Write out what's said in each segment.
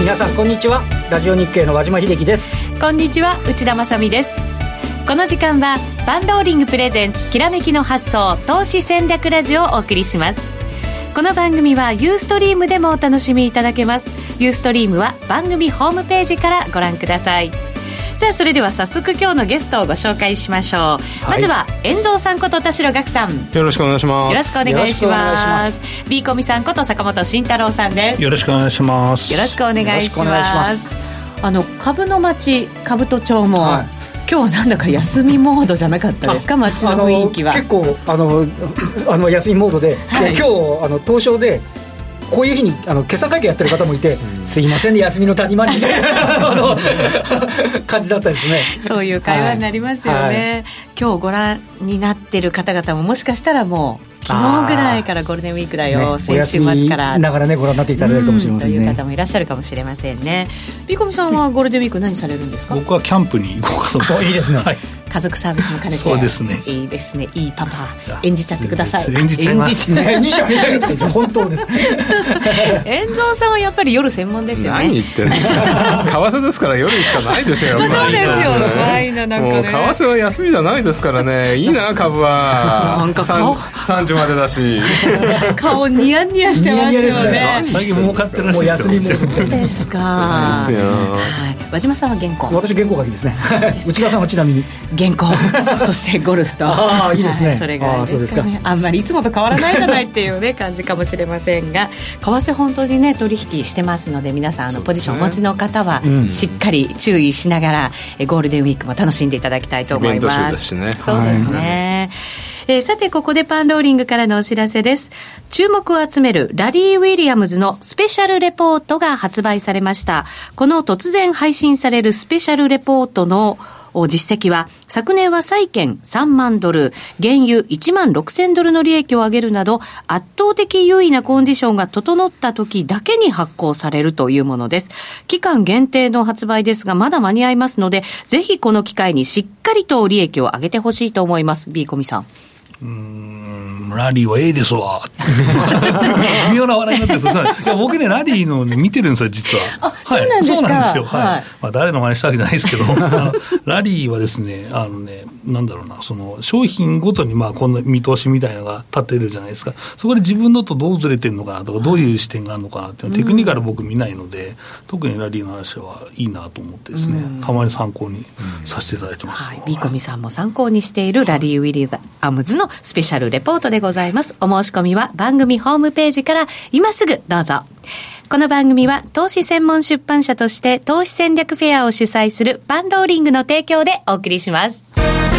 皆さんこんにちは。ラジオ日経の和島秀樹です。 こんにちは、内田まさみです。この時間はパンローリングプレゼンツきらめきの発想投資戦略ラジオをお送りします。この番組はユーストリームでもお楽しみいただけます。ユーストリームは番組ホームページからご覧ください。さあ、それでは早速今日のゲストをご紹介しましょう。まずは遠藤さんこと田代岳さん、 よろしくお願いします。 よろしくお願いします。 B コミさんこと坂本慎太郎さんです。 よろしくお願いします。 よろしくお願いします。株の街兜町も、今日はなんだか休みモードじゃなかったですか？街の雰囲気は結構休みモードで、今日東証でこういう日に決算会見やってる方もいて、すいませんね、休みの谷間にみたいな感じだったですね。 そういう会話になりますよね。今日ご覧になってる方々ももしかしたらもう昨日ぐらいからゴールデンウィークだよ、先週末からながらねご覧になっていただけるかもしれませんね、 という方もいらっしゃるかもしれませんね。ビーコミさんはゴールデンウィーク何されるんですか？ 僕はキャンプに行こうかと思って。 いいですね、 家族サービスも兼ねて。 そうですね、 いいですね、いいパパ演じちゃってください。 演じちゃいます。 演じちゃう本当です遠藤さんはやっぱり夜専門ですよね。 何言ってるんですか？為替ですから夜しかないですよ。 そうですよ、ないな、なんかね、 もう為替は休みじゃないですからね。いいな、株はなんか 3時までだし顔ニヤニヤしてますよね。 最近儲かってらっしゃる。もう休みモードみたいなですか。 ですよ。 和島さんは原稿。 私原稿書きですね。内田さんはちなみに原稿そしてゴルフといいですね、 それぐらいですかね。あんまりいつもと変わらないじゃないっていうね感じかもしれませんが、為替本当にね取引してますので、皆さんポジションお持ちの方はしっかり注意しながら、ゴールデンウィークも楽しんでいただきたいと思います。イベント週ですしね。そうですね、さてここでパンローリングからのお知らせです。注目を集めるラリー・ウィリアムズのスペシャルレポートが発売されました。この突然配信されるスペシャルレポートの実績は、昨年は債券3万ドル、原油1万6000ドルの利益を上げるなど、圧倒的優位なコンディションが整った時だけに発行されるというものです。期間限定の発売ですが、まだ間に合いますので、ぜひこの機会にしっかりと利益を上げてほしいと思います。 B コミさん。 ラリーはええですわ微妙な笑いになってるんですよ。僕ねラリーの、ね、見てるんですよ実は。 そうなんですか。 そうなんですよ、誰の真似したわけじゃないですけどラリーはですね、なんだろうな、その商品ごとにこんな見通しみたいなのが立てるじゃないですか。そこで自分のとどうずれてるのかなとか、どういう視点があるのかなっていうのテクニカル僕見ないので、特にラリーの話はいいなと思ってですね、たまに参考にさせていただいてます。 ビーコミさんも参考にしているラリー・ウィリアムズのスペシャルレポートでございます。お申し込みは番組ホームページから今すぐどうぞ。この番組は投資専門出版社として投資戦略フェアを主催するパンローリングの提供でお送りします。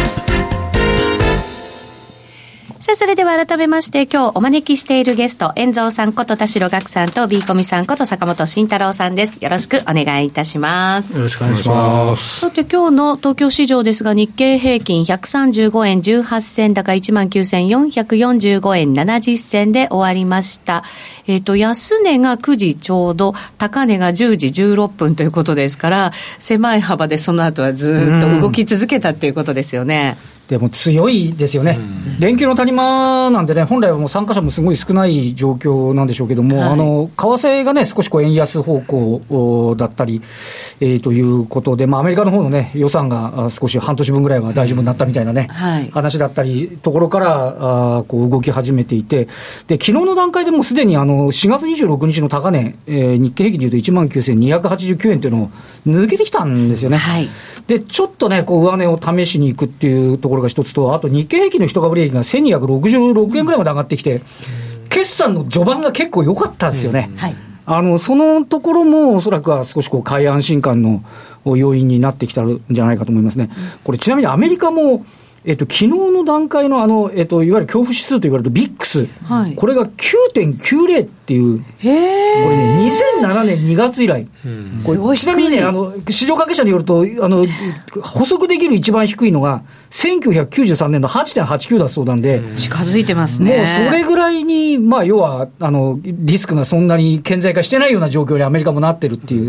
さあ、それでは改めまして今日お招きしているゲスト、遠藤さんこと田代岳さんと B コミさんこと坂本慎太郎さんです。よろしくお願いいたします。 よろしくお願いします。 さて今日の東京市場ですが、日経平均135円18銭高 19,445 円70銭で終わりました。安値が9時ちょうど、高値が10時16分ということですから、狭い幅でその後はずっと動き続けたっていうことですよね。 でも強いですよね、連休の谷間なんでね、本来はもう参加者もすごい少ない状況なんでしょうけども、為替がね、少し円安方向だったり、ということで、アメリカの方のね、予算が少し半年分ぐらいは大丈夫になったみたいなね、話だったり、ところから動き始めていて、で、昨日の段階でもうすでに4月26日の高値、日経平均でいうと 19,289 円というのを抜けてきたんですよね。で、ちょっとね、上値を試しに行くっていうところが一つと、あと日経平均の一株利益が1266円ぐらいまで上がってきて、決算の序盤が結構良かったですよね。そのところもおそらくは少し買い安心感の要因になってきたんじゃないかと思いますね。これちなみにアメリカも昨日の段階のいわゆる恐怖指数と言われるビックス、これが 9.90 っていう、これね、2007年2月以来、これちなみにね、市場関係者によると、補足できる一番低いのが、1993年の 8.89 だそうなんで、 近づいてますね。 もうそれぐらいに、要は、リスクがそんなに顕在化してないような状況にアメリカもなってるっていう。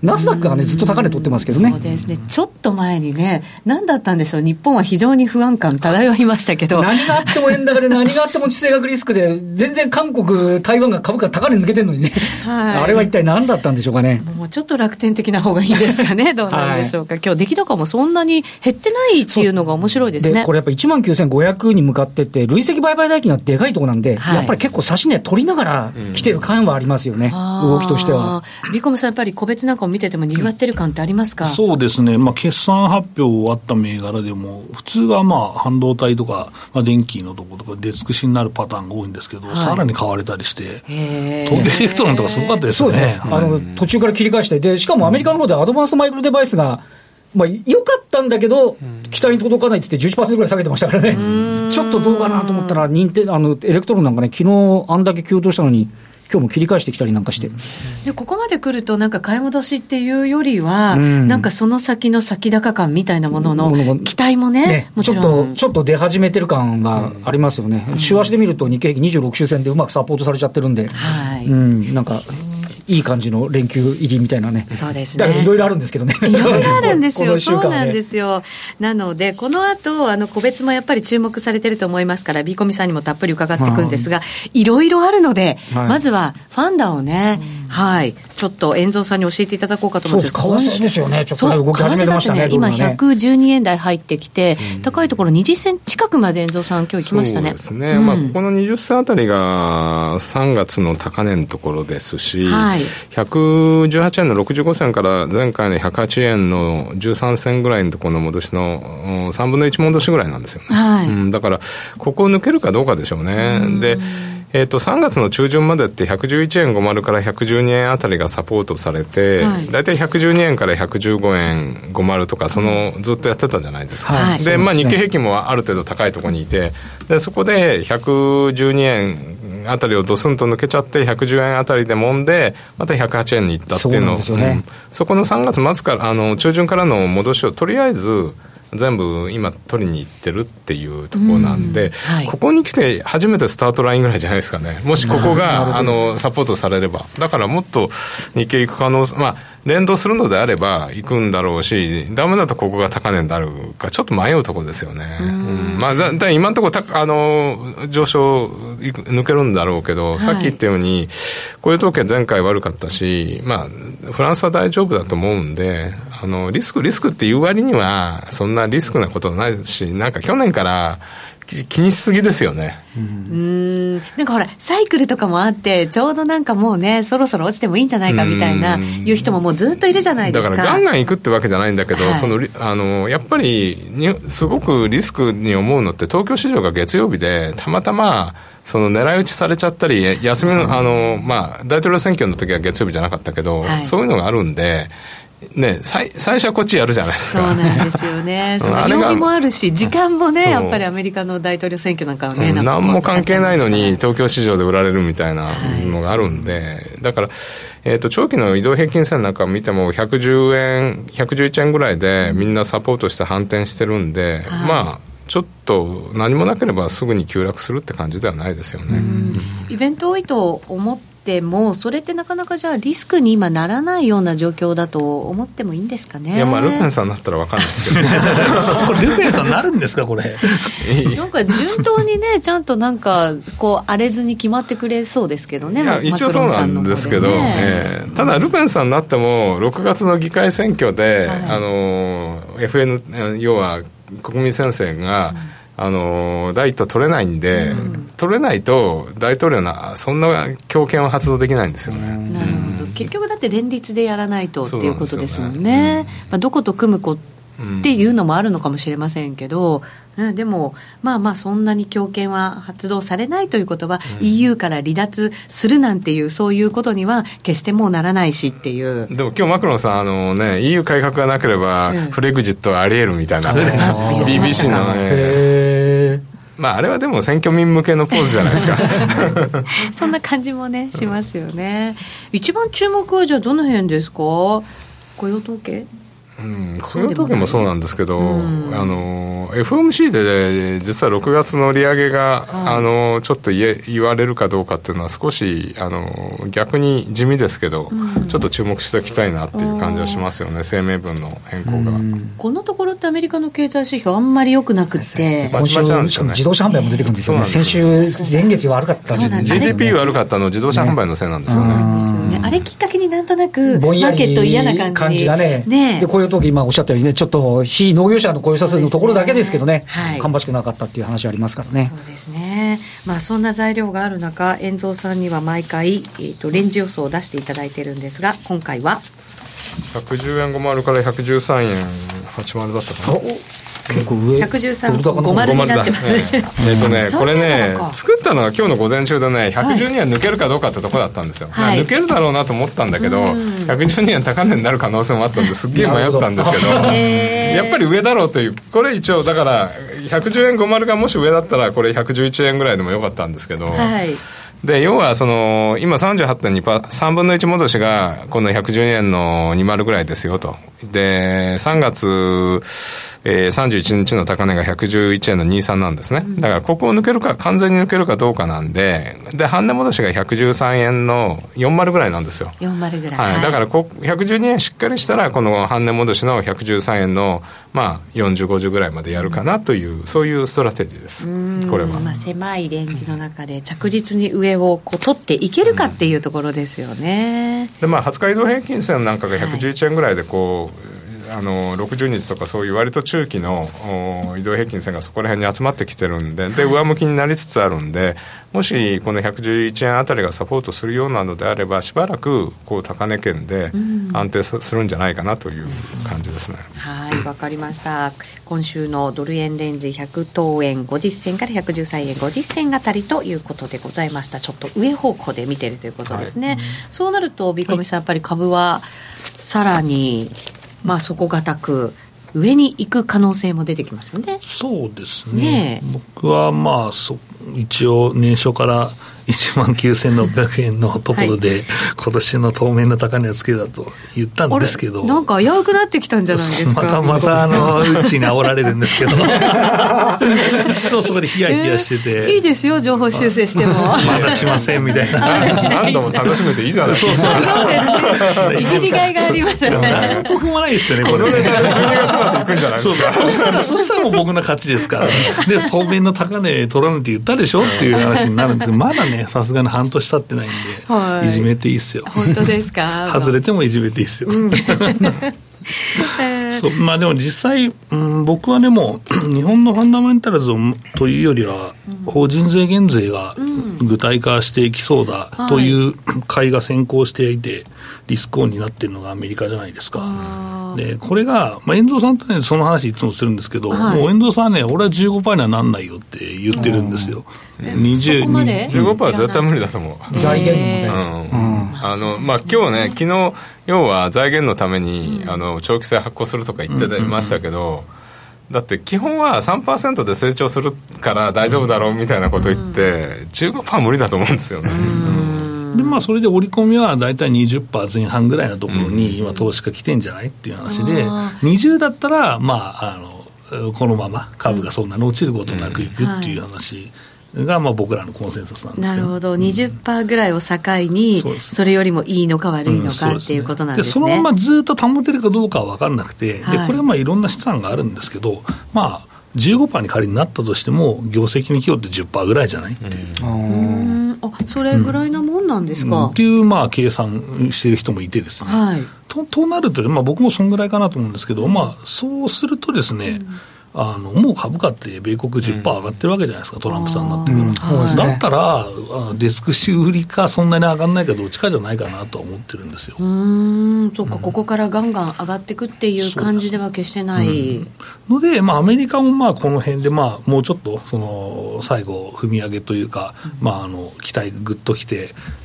ナスダックがねずっと高値取ってますけどね。 そうですね。ちょっと前にね、何だったんでしょう、日本は非常に不安感漂いましたけど、 何があっても円高で何があっても地政学リスクで全然韓国台湾が株価高値抜けてるのにね、はい、あれは一体何だったんでしょうかね。 もうちょっと楽天的な方がいいんですかね。どうなんでしょうか、はい、今日出来高もそんなに減ってないっていうのが面白いですね。 でこれやっぱり 19,500 に向かってて累積売買代金がでかいところなんで、はい、やっぱり結構差し値取りながら来てる感はありますよね、動きとしては。 ビコムさんやっぱり個別なんかを見てても賑わってる感ってありますか？ そうですね、決算発表あった銘柄でも普通は半導体とか、電気のところとか出尽くしになるパターンが多いんですけど、はい、さらに買われたりして東京エレクトロンとかすごかったですよね。 そうですね、途中から切り返して、でしかもアメリカの方でアドバンストマイクロデバイスが良かったんだけど、期待に届かないって言って 11% ぐらい下げてましたからね。ちょっとどうかなと思ったらエレクトロンなんかね、昨日あんだけ急騰したのに今日も切り返してきたりなんかして、 でここまで来るとなんか買い戻しっていうよりは、なんかその先の先高感みたいなものの期待も ねもちろんちょっと出始めてる感がありますよね。週足で見ると日経平均26週線でうまくサポートされちゃってるんで、はい、なんかいい感じの連休入りみたいなね。 そうですね。 だからいろいろあるんですけどね。 いろいろあるんですよ。 このそうなんですよ。なのでこの後個別もやっぱり注目されてると思いますから、ビーコミさんにもたっぷり伺っていくんですが、いろいろあるので、はい、まずはファンダをね、はい、ちょっと遠蔵さんに教えていただこうかと思うんですけど、 為替ですよね。ちょっとね動き始めましたね。 今112円台入ってきて、高いところ20銭近くまで遠蔵さん今日行きましたね。 そうですね。ここの20銭あたりが3月の高値のところですし、はい、118円の65銭から前回の108円の13銭ぐらいのところの戻しの3分の1戻しぐらいなんですよね。はい、だからここを抜けるかどうかでしょうね。で3月の中旬までって111円50から112円あたりがサポートされて、はい、だいたい112円から115円50とかずっとやってたじゃないですか。はい、で日経平均もある程度高いところにいて、でそこで112円あたりをドスンと抜けちゃって110円あたりで揉んでまた108円に行ったっていうのを、そこの3月末から中旬からの戻しをとりあえず全部今取りに行ってるっていうところなんで、はい、ここに来て初めてスタートラインぐらいじゃないですかね。もしここがサポートされれば、だからもっと日経行く可能性、連動するのであれば行くんだろうし、ダメだとここが高値になるかちょっと迷うところですよね。だ今のところ上昇抜けるんだろうけど、はい、さっき言ったように雇用統計前回悪かったし、フランスは大丈夫だと思うんで、リスクっていう割にはそんなリスクなことないし、なんか去年から気にしすぎですよね。 なんかほらサイクルとかもあって、ちょうどなんかもうねそろそろ落ちてもいいんじゃないかみたいないう人ももうずっといるじゃないですか。 だからガンガン行くってわけじゃないんだけど、はい、やっぱりすごくリスクに思うのって東京市場が月曜日でたまたま狙い撃ちされちゃったり、休みの大統領選挙の時は月曜日じゃなかったけど、はい、そういうのがあるんでね、最初はこっちやるじゃないですか。 そうなんですよね。その曜日もあるし時間もね、やっぱりアメリカの大統領選挙なんかはね、 何も関係ないのに東京市場で売られるみたいなのがあるんで、だから、長期の移動平均線なんか見ても110円111円ぐらいでみんなサポートして反転してるんで、ちょっと何もなければすぐに急落するって感じではないですよね。 イベント多いと思ってもそれってなかなかじゃあリスクに今ならないような状況だと思ってもいいんですかね。 いやルペンさんだったら分かんないですけどこれルペンさんなるんですかこれなんか順当にねちゃんとなんか荒れずに決まってくれそうですけどね。 いや一応そうなんですけど、ただルペンさんになっても6月の議会選挙で、FN 要は国民宣誓が、第一党取れないんで、取れないと大統領のそんな強権は発動できないんですよね。 なるほど。結局だって連立でやらないとっていうことですもんね。どこと組む子っていうのもあるのかもしれませんけど、でもそんなに強権は発動されないということは、EU から離脱するなんていうそういうことには決してもうならないしっていう。 でも今日マクロンさんEU 改革がなければ、フレグジットはあり得るみたいな、BBC のあれはでも選挙民向けのポーズじゃないですかそんな感じもねしますよね。一番注目はじゃあどの辺ですか？雇用統計こういう時もそうなんですけど、FOMC で実は6月の利上げが、ちょっと言われるかどうかっていうのは少し逆に地味ですけど、ちょっと注目しておきたいなっていう感じはしますよね、声明文の変更が。 このところってアメリカの経済指標あんまり良くなくて、 今週自動車販売も出てくるんですよね。先週前月悪かったんですね。 GDP 悪かったの自動車販売のせいなんですよね。 あれきっかけになんとなくマーケット嫌な感じがね。で雇用統計今おっしゃったようにね、ちょっと非農業者の雇用者数のところだけですけどね、芳しくなかったっていう話ありますからね。 そうですね。そんな材料がある中、遠蔵さんには毎回、レンジ予想を出していただいているんですが、今回は 110円50から113円80だったかな。 結構上 113.50になってますね。 これね作ったのが今日の午前中でね、112円抜けるかどうかってとこだったんですよ、抜けるだろうなと思ったんだけど、112円高値になる可能性もあったんですっげえ迷ったんですけどやっぱり上だろうという、これ一応だから110円50がもし上だったらこれ111円ぐらいでもよかったんですけど、で要は今 38.2% 分の1戻しがこの112円の20ぐらいですよと。で3月31日の高値が111円の23なんですね。だからここを抜けるか完全に抜けるかどうかなんで、半値戻しが113円の40ぐらいなんですよ。 40ぐらい、 だから112円しっかりしたらこの半値戻しの113円の40、50ぐらいまでやるかなという、そういうストラテジーです。これは、 狭いレンジの中で着実に上を取っていけるかっていうところですよね。 で20日移動平均線なんかが111円ぐらいで60日とかそういう割と中期の移動平均線がそこら辺に集まってきてるんで、上向きになりつつあるんで、もしこの111円あたりがサポートするようなのであれば、しばらく高値圏で安定するんじゃないかなという感じですね。 わかりました。今週のドル円レンジ100等円50銭から113円50銭あたりということでございました。ちょっと上方向で見てるということですね。そうなるとビコミさん、やっぱり株はさらに底堅く上に行く可能性も出てきますよね。 そうですね。僕は一応年初から19,600円のところで、今年の当面の高値をつけたと言ったんですけど、 なんか危うくなってきたんじゃないですか。 またうちに煽られるんですけどそこでヒヤヒヤしてて、 いいですよ情報修正してもまだしませんみたいな何度も楽しめていいじゃないですか。 いじりがいがありますね。 何の得もないですよねこれ。 12月まで行くんじゃないですか。 そしたらもう僕の勝ちですから、で当面の高値取らないって言ったでしょっていう話になるんですけど、まだねさすがに半年経ってないんで、いじめていいっすよ。 本当ですか。 外れてもいじめていいっすよ。でも実際、僕はでも日本のファンダメンタルズというよりは、法人税減税が具体化していきそうだという買いが先行していて、リスクオンになっているのがアメリカじゃないですか。でこれが、遠藤さんとねその話いつもするんですけど、もう遠藤さんはね、俺は 15% にはなんないよって言ってるんですよ。 15% は絶対無理だと思う。 財源もね、 今日ね、昨日要は財源のために長期債発行するとか言ってましたけど、だって基本は 3% で成長するから大丈夫だろうみたいなこと言って 15% 無理だと思うんですよね。 でそれで織り込みはだいたい 20% 前半ぐらいのところに今投資家来てんじゃないっていう話で、20だったらこのまま株がそんなに落ちることなくいくっていう話が僕らのコンセンサスなんですけど。 なるほど。20% ぐらいを境にそれよりもいいのか悪いのかっていうことなんですね。 そのままずっと保てるかどうかは分かんなくて、でこれはいろんな資産があるんですけど、15% に仮になったとしても業績に気負って 10% ぐらいじゃないっていう、 それぐらいなもんなんですか、 っていう計算してる人もいてですね、となると、僕もそんぐらいかなと思うんですけど、そうするとですね、もう株価って米国 10% 上がってるわけじゃないですか、トランプさんになってから、だったらデスクシ売りかそんなに上がんないかどっちかじゃないかなとは思ってるんですよ。 そっか、ここからガンガン上がっていくっていう感じでは決してない、 ので、アメリカもこの辺でもうちょっと最後踏み上げというか、期待ぐっときて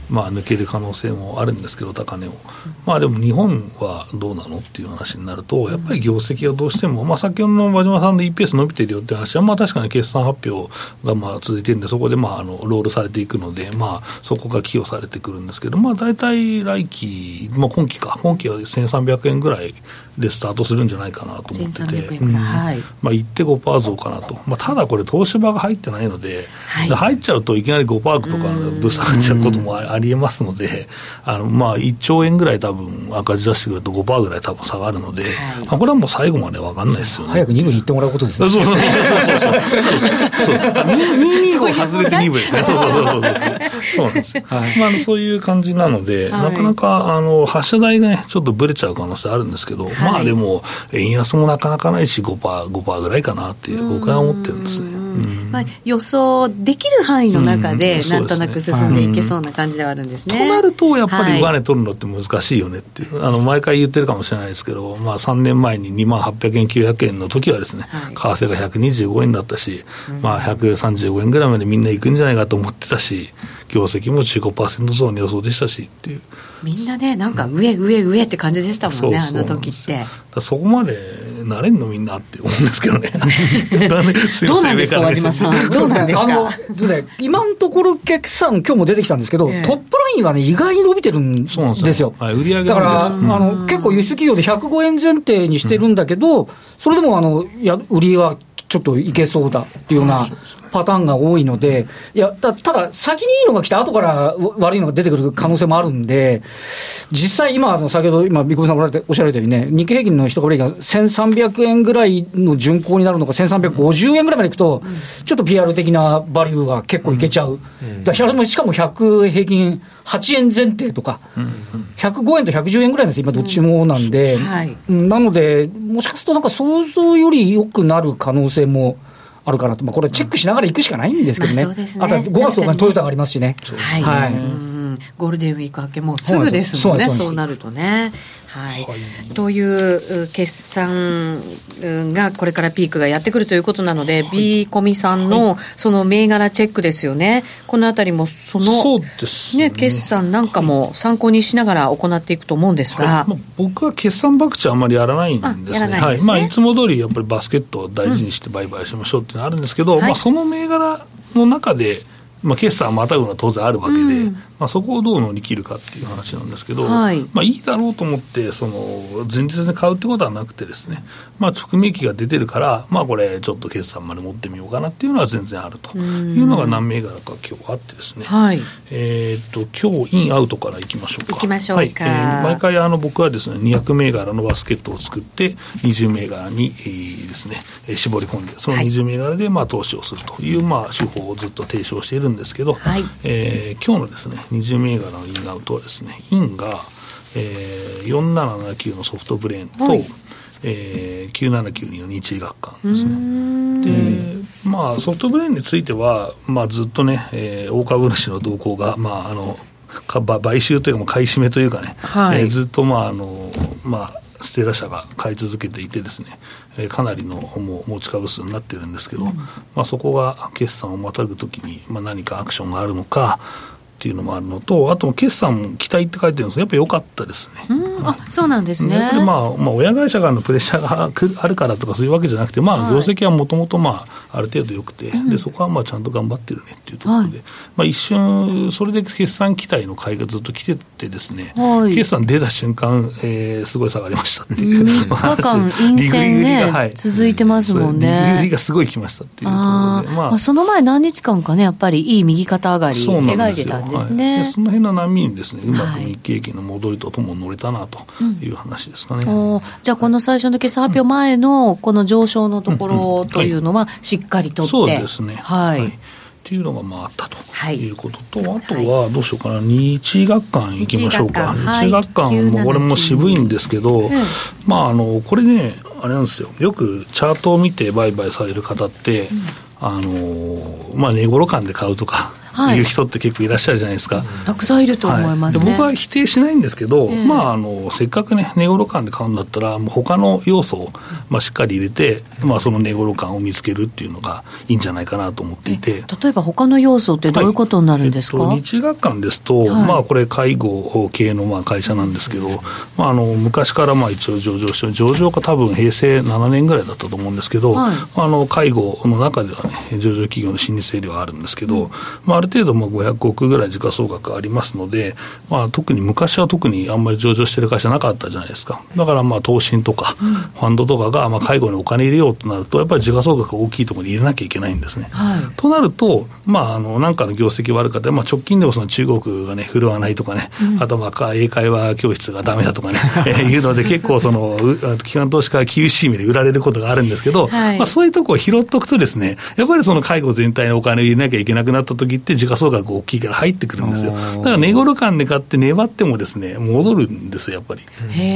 抜ける可能性もあるんですけど、高値を。でも日本はどうなのっていう話になると、やっぱり業績がどうしても、先ほどの馬島さんで EPS 伸びてるよって話は、確かに決算発表が続いているんで、そこでロールされていくので、そこが寄与されてくるんですけど、大体来期、今期は1300円ぐらいでスタートするんじゃないかなと思ってて、1.5% 増かなと。ただこれ東芝が入ってないので、入っちゃうといきなり 5% とかぶ下がっちゃうこともありえますので、1兆円ぐらい多分赤字出してくると 5% ぐらい多分下がるので、これはもう最後まで分かんないですよね。 早く2部に行ってもらうことですね。 そう225外れて2部ですね。そうなんですよ。そういう感じなので、なかなか発射台がねちょっとブレちゃう可能性あるんですけど、でも円安もなかなかないし 5% ぐらいかなって僕は思ってるんですね。 予想できる範囲の中でなんとなく進んでいけそうな感じではあるんですね。 となるとやっぱり上値取るのって難しいよねっていう、毎回言ってるかもしれないですけど、3年前に2800円900円の時はですね、為替が125円だったし、135円ぐらいまでみんな行くんじゃないかと思ってたし、業績も 15% 増の予想でしたしっていう、 みんなねなんか上って感じでしたもんね、あの時って。 そこまでなれんのみんなって思うんですけどねどうなんですか和島さん、どうなんですか。 今のところ決算今日も出てきたんですけど、トップラインはね意外に伸びてるんですよ。 売上だから結構輸出企業で105円前提にしてるんだけど、それでも売りはちょっといけそうだっていうようなパターンが多いので、ただ先にいいのが来て後から悪いのが出てくる可能性もあるんで、実際先ほどビッグさんおっしゃられたようにね、日経平均の一株利が1300円ぐらいの巡航になるのか1350円ぐらいまでいくと、ちょっと PR 的なバリューが結構いけちゃう。しかも100平均8円前提とか、105円と110円ぐらいなんです今どっちもなんで、なのでもしかすると想像より良くなる可能性もあるかなと、これチェックしながら行くしかないんですけどね。あとは5月とかにトヨタがありますしね。 ゴールデンウィーク明けもうすぐですもんね。そうなるとね。という決算がこれからピークがやってくるということなので、ビーコミさんのその銘柄チェックですよね。このあたりもそうですね、決算なんかも参考にしながら行っていくと思うんですが、 僕は決算博打あんまりやらないんですね。いつも通りやっぱりバスケットを大事にして売買しましょうっていうのがあるんですけど、その銘柄の中で決算またぐのは当然あるわけで、そこをどう乗り切るかっていう話なんですけど、いいだろうと思って前日で買うってことはなくてですね、含み益が出てるから、これちょっと決算まで持ってみようかなっていうのは全然あるというのが何銘柄か今日あってですね、今日インアウトからいきましょうか。毎回僕はですね200銘柄のバスケットを作って20銘柄にですね絞り込んで、その20銘柄で投資をするという手法をずっと提唱しているんですけど、今日のですね20銘柄のインアウトはですね、インが、4779のソフトブレーンと、9792の日医学館ですね。でソフトブレーンについては、ずっとね、大株主の動向が、買収というか買い占めというかね、ずっとステラ社が買い続けていてですね、かなりの持ち株数になってるんですけど、そこが決算をまたぐときに、何かアクションがあるのかっていうのもあるのと、あと決算期待って書いてるんですけど、やっぱり良かったですね。 そうなんですね。 やっぱり親会社からのプレッシャーがあるからとかそういうわけじゃなくて、業績はもともとある程度良くて、でそこはちゃんと頑張ってるねっていうところで、一瞬それで決算期待の買いがずっと来ててですね、決算出た瞬間、すごい下がりましたっていう 3日間陰線ね、続いてますもんね。 利売りがすごい来ましたっていうところで、 その前何日間かね、やっぱりいい右肩上がり描いてたんですね。 でその辺の波にですね、うまく日経平均の戻りとともに乗れたなという話ですかね。 じゃあこの最初の決算発表前のこの上昇のところというのはしっかりとって、 そうですね、っていうのがあったということと、あとはどうしようかな、日医学館行きましょうか。日医学館もこれも渋いんですけど、これねあれなんですよ、よくチャートを見て売買される方って、値頃感で買うとかいう人って結構いらっしゃるじゃないですか、 たくさんいると思いますね、 僕は否定しないんですけど、せっかくね値頃感で買うんだったらもう他の要素を、しっかり入れて、その値頃感を見つけるっていうのがいいんじゃないかなと思っていて、 例えば他の要素ってどういうことになるんですか？ 日学館ですと、これ介護系の会社なんですけど、昔から一応上場して、上場が多分平成7年ぐらいだったと思うんですけど、介護の中ではね上場企業の老舗ではあるんですけど、ある程度500億ぐらい時価総額ありますので、特に昔は特にあんまり上場してる会社なかったじゃないですか。だから投信とかファンドとかが介護にお金入れようとなるとやっぱり時価総額が大きいところに入れなきゃいけないんですね、となると、なんかの業績悪かったら、直近でもその中国がね振るわないとかね、あと英会話教室がダメだとかねいうので結構その機関投資家が厳しい目で売られることがあるんですけど、そういうところを拾っとくとですね、やっぱりその介護全体にお金を入れなきゃいけなくなった時って時価総額大きいから入ってくるんですよ。だから値頃感で買って粘ってもですね戻るんですよやっぱり。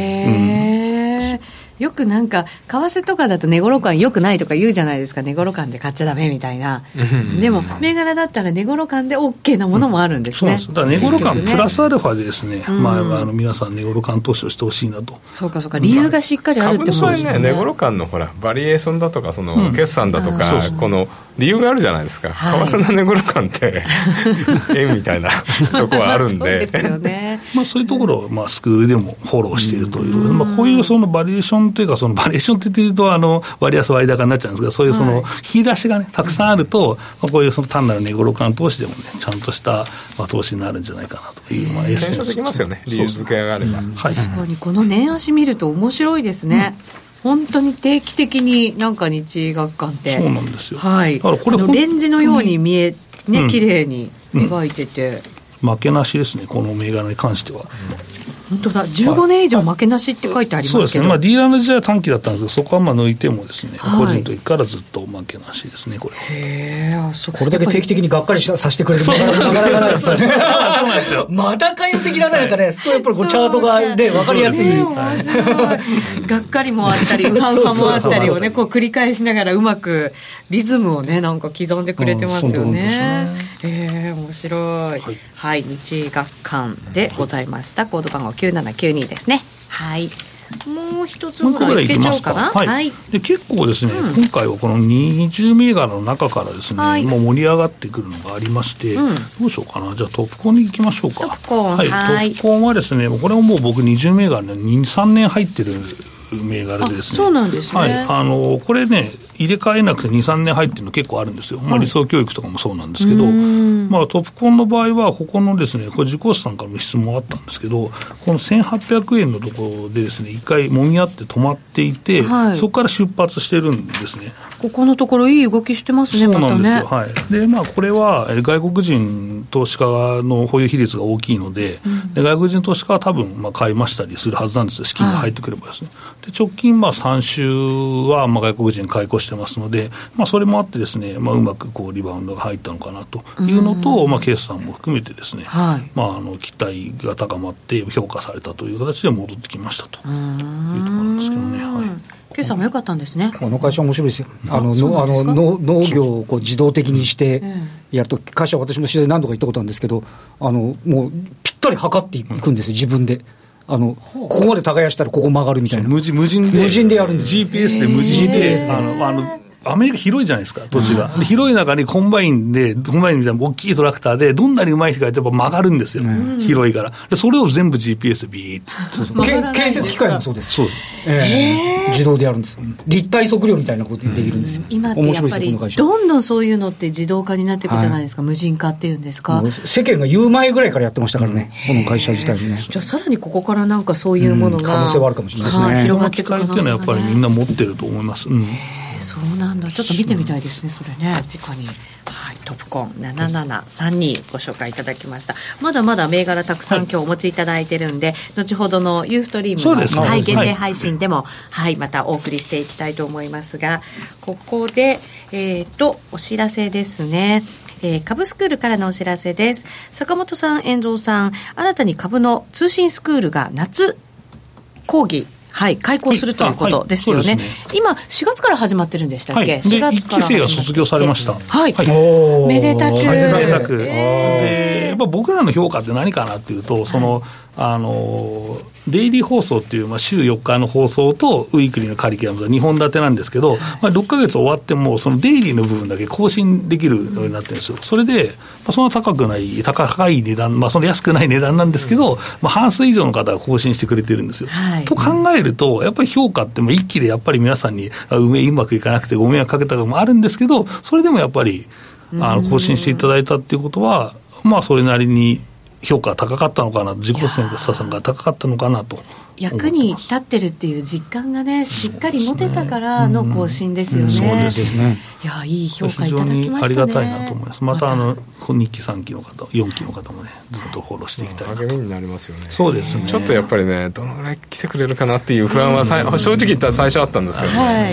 よくなんか為替とかだと値頃感良くないとか言うじゃないですか、値頃感で買っちゃダメみたいなでも銘柄だったら値頃感で OK なものもあるんですね、 そうなんです。だから値頃感プラスアルファでですね、皆さん値頃感投資をしてほしいなと。 そうか理由がしっかりあるってことですね。 値頃感のバリエーションだとかその決算だとか、このこ理由があるじゃないですか、はい、為替の値頃感って円みたいなところはあるんでそうですよねそういうところを、スクールでもフォローしているという、こういうそのバリエーションというか、そのバリエーションって言うと割安割高になっちゃうんですけど、そういうその引き出しがねたくさんあると、こういうその単なる値頃感投資でもねちゃんとした投資になるんじゃないかなという、 検証できますよね、理由付けがあれば。 確かにこの年足見ると面白いですね、本当に定期的になんか日学館ってそうなんですよ、 はい、だからこれレンジのように見えね、綺麗に描いてて、 負けなしですね、この銘柄に関しては。 本当だ、15年以上負けなしって書いてありますけど、 そうですね、ディーラーの時代は短期だったんですけど、そこは抜いてもですね、個人の時からずっと負けなしですね、これ。 これだけ定期的にがっかりさせてくれる銘柄なかなかないですよね。そうなんですよ。 また買い的ななんかね、やっぱりこうチャートがね分かりやすい。 がっかりもあったり、ウハウハもあったりをね、こう繰り返しながらうまくリズムをねなんか刻んでくれてますよね。面白い。はい、日学館でございました。コード番号9792ですね。はい。もう一つぐらいいけちゃおうかな。 はい、で結構ですね、今回はこの20銘柄の中からですね、もう盛り上がってくるのがありまして、どうしようかな。じゃあトップコンに行きましょうか。 トップコン、 トップコンはですね、これはもう僕20銘柄の 2,3 年入ってる銘柄でですね。 そうなんですね。 はい、これね入れ替えなくて 2,3 年入ってるの結構あるんですよ、理想教育とかもそうなんですけど、トップコンの場合はここのですね、これ受講師さんからも質問あったんですけど、この1800円のところでですね一回もみ合って止まっていて、そこから出発してるんですね。 ここのところいい動きしてますね。 そうなんですよ、はい、でこれは外国人投資家の保有比率が大きいので、で外国人投資家は多分買いましたりするはずなんですよ、資金が入ってくればですね。で直近3週は外国人買い越してますので、それもあってですね、うまくこうリバウンドが入ったのかなというのと、決算も含めてですね、期待が高まって評価されたという形で戻ってきましたというところなんですけどね。 決算も良かったんですね。 この会社面白いですよ。農業をこう自動的にしてやると、会社は私も取材何度か行ったことあるんですけど、もうぴったり測っていくんですよ、自分で。ここまで耕したらここ曲がるみたいな。 無人でやるんです。GPS で無人で、アメリカ広いじゃないですか、土地が。で広い中にコンバインみたいな大きいトラクターで、どんなに上手い人がやっても曲がるんですよ、広いから。でそれを全部 GPS でビーって。 建設機械もそうです。そうです。自動でやるんですよ。立体測量みたいなことできるんですよ。 今ってやっぱりどんどんそういうのって自動化になっていくじゃないですか、無人化っていうんですか。 世間が言う前ぐらいからやってましたからね、この会社自体にね。 じゃあさらにここからなんかそういうものが、 可能性はあるかもしれないですね。 広がっていく可能性がね。 この機械っていうのはやっぱりみんな持ってると思います。 そうなんだ。ちょっと見てみたいですね、それね、直に。トップコン7732ご紹介いただきました。まだまだ銘柄たくさん今日お持ちいただいてるんで、後ほどのユーストリームの、限定配信でも、またお送りしていきたいと思いますが、ここで、お知らせですね。株スクールからのお知らせです。坂本さん、遠藤さん、新たに株の通信スクールが夏講義はい、開講するということですよね。はい、今4月から始まってるんでしたっけ？はい、 で1期生が卒業されました。 はい、めでたくでやっぱ僕らの評価って何かなっていうと、そのデイリー放送っていう、週4日の放送とウィークリーのカリキュラムが2本立てなんですけど、6ヶ月終わってもそのデイリーの部分だけ更新できるようになってるんですよ。それで、そんな高い値段、その安くない値段なんですけど、半数以上の方が更新してくれてるんですよ。はい、と考えると、やっぱり評価って一気でやっぱり皆さんにうまくいかなくてご迷惑かけたこともあるんですけど、それでもやっぱり更新していただいたっていうことは、それなりに評価高かったのかな、自己選択さんが高かったのかなと。 役に立ってるっていう実感がね、しっかり持てたからの更新ですよね。 そうですね。 いや、いい評価いただきましたね。 非常にありがたいなと思います。また2期3期の方、4期の方もね、ずっとフォローしていきたいなと。 励みになりますよね。 そうですね。 ちょっとやっぱりね、どのぐらい来てくれるかなっていう不安は正直言ったら最初あったんですけどね。 はい、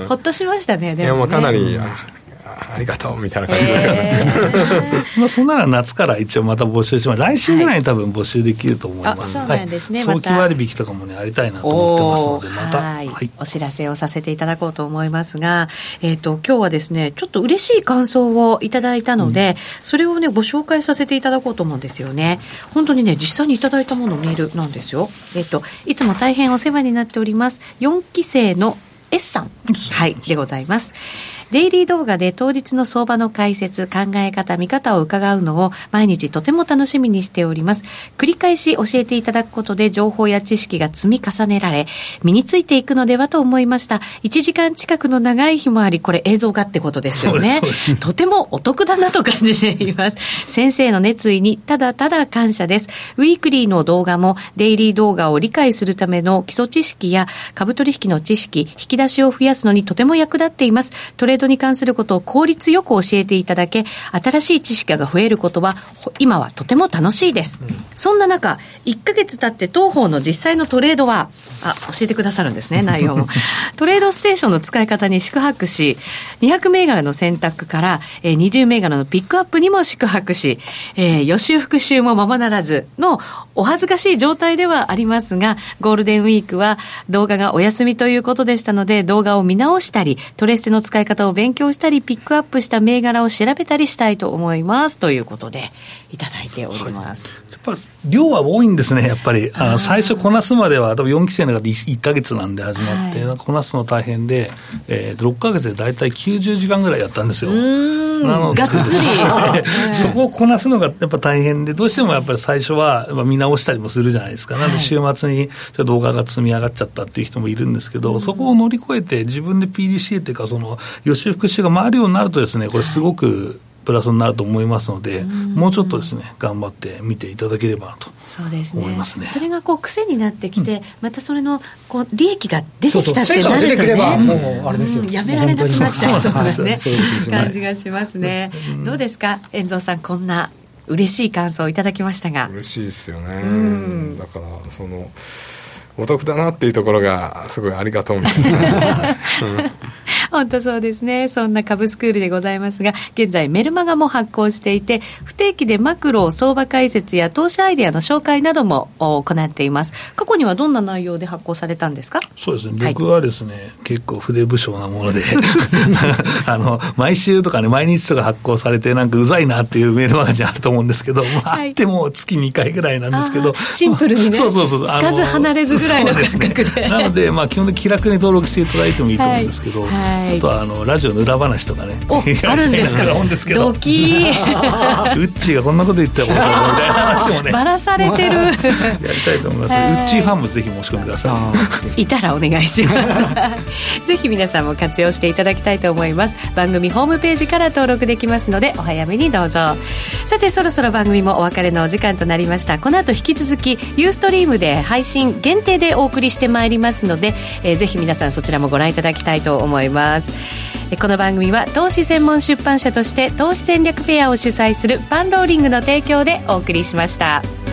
ほっとしましたね。でもね、 いや、かなりありがとうみたいな感じですよね。 そんなら夏から一応また募集します。来週ぐらいに多分募集できると思います。 そうなんですね。 早期割引とかもね、ありたいなと思ってますので、また、 はい、お知らせをさせていただこうと思いますが、今日はですね、ちょっと嬉しい感想をいただいたので、それをね、ご紹介させていただこうと思うんですよね。本当にね、実際にいただいたものメールなんですよ。いつも大変お世話になっております。4期生の S さん、はい、でございます。デイリー動画で当日の相場の解説、考え方、見方を伺うのを毎日とても楽しみにしております。繰り返し教えていただくことで情報や知識が積み重ねられ、身についていくのではと思いました。1時間近くの長い日もあり、これ映像がってことですよね。とてもお得だなと感じています。先生の熱意にただただ感謝です。ウィークリーの動画もデイリー動画を理解するための基礎知識や株取引の知識、引き出しを増やすのにとても役立っています。トレードに関することを効率よく教えていただけ、新しい知識が増えることは今はとても楽しいです。そんな中、1ヶ月経って当方の実際のトレードは教えてくださるんですね、内容も。トレードステーションの使い方に宿泊し、200銘柄の選択から20銘柄のピックアップにも宿泊し、予習復習もままならずのお恥ずかしい状態ではありますが、ゴールデンウィークは動画がお休みということでしたので、動画を見直したり、トレステの使い方を勉強したり、ピックアップした銘柄を調べたりしたいと思いますということでいただいております。 やっぱり量は多いんですね。やっぱり最初こなすまでは多分4期生の中で1ヶ月なんで始まって、こなすの大変で、6ヶ月でだいたい90時間ぐらいやったんですよ。なのでがっつりそこをこなすのがやっぱ大変で、どうしてもやっぱり最初は見直したりもするじゃないですか。なので週末に動画が積み上がっちゃったっていう人もいるんですけど、そこを乗り越えて自分で PDCA っていうか、その予習復習が回るようになるとですね、これすごくプラスになると思いますので、もうちょっとですね、頑張って見ていただければなと思いますね。 それが癖になってきて、またそれの利益が出てきたってなるとね、 もうあれですよ、 やめられなくなっちゃうそうなね、感じがしますね。どうですか、遠藤さん、こんな嬉しい感想をいただきましたが。 嬉しいですよね。だからお得だなっていうところがすごいありがとうみたいな本当そうですね。そんな株スクールでございますが、現在メルマガも発行していて、不定期でマクロ相場解説や投資アイデアの紹介なども行っています。過去にはどんな内容で発行されたんですか？ そうですね、僕はですね、結構筆不詳なもので毎週とかね、毎日とか発行されてなんかうざいなっていうメールマガジンあると思うんですけど、あっても月2回ぐらいなんですけど、 シンプルにね、 つかず離れずぐらいの感覚で、 なので、基本的に気楽に登録していただいてもいいと思うんですけど、あとはラジオの裏話とかね、 あるんですか？ドキーウッチーがこんなこと言ったらみたいな話もね、 バラされてるやりたいと思います。ウッチーファンもぜひ申し込んでください。いたらお願いしますぜひ皆さんも活用していただきたいと思います。番組ホームページから登録できますので、お早めにどうぞ。さて、そろそろ番組もお別れのお時間となりました。この後引き続きユーストリームで配信限定でお送りしてまいりますので、ぜひ皆さんそちらもご覧いただきたいと思います。この番組は投資専門出版社として投資戦略フェアを主催するパンローリングの提供でお送りしました。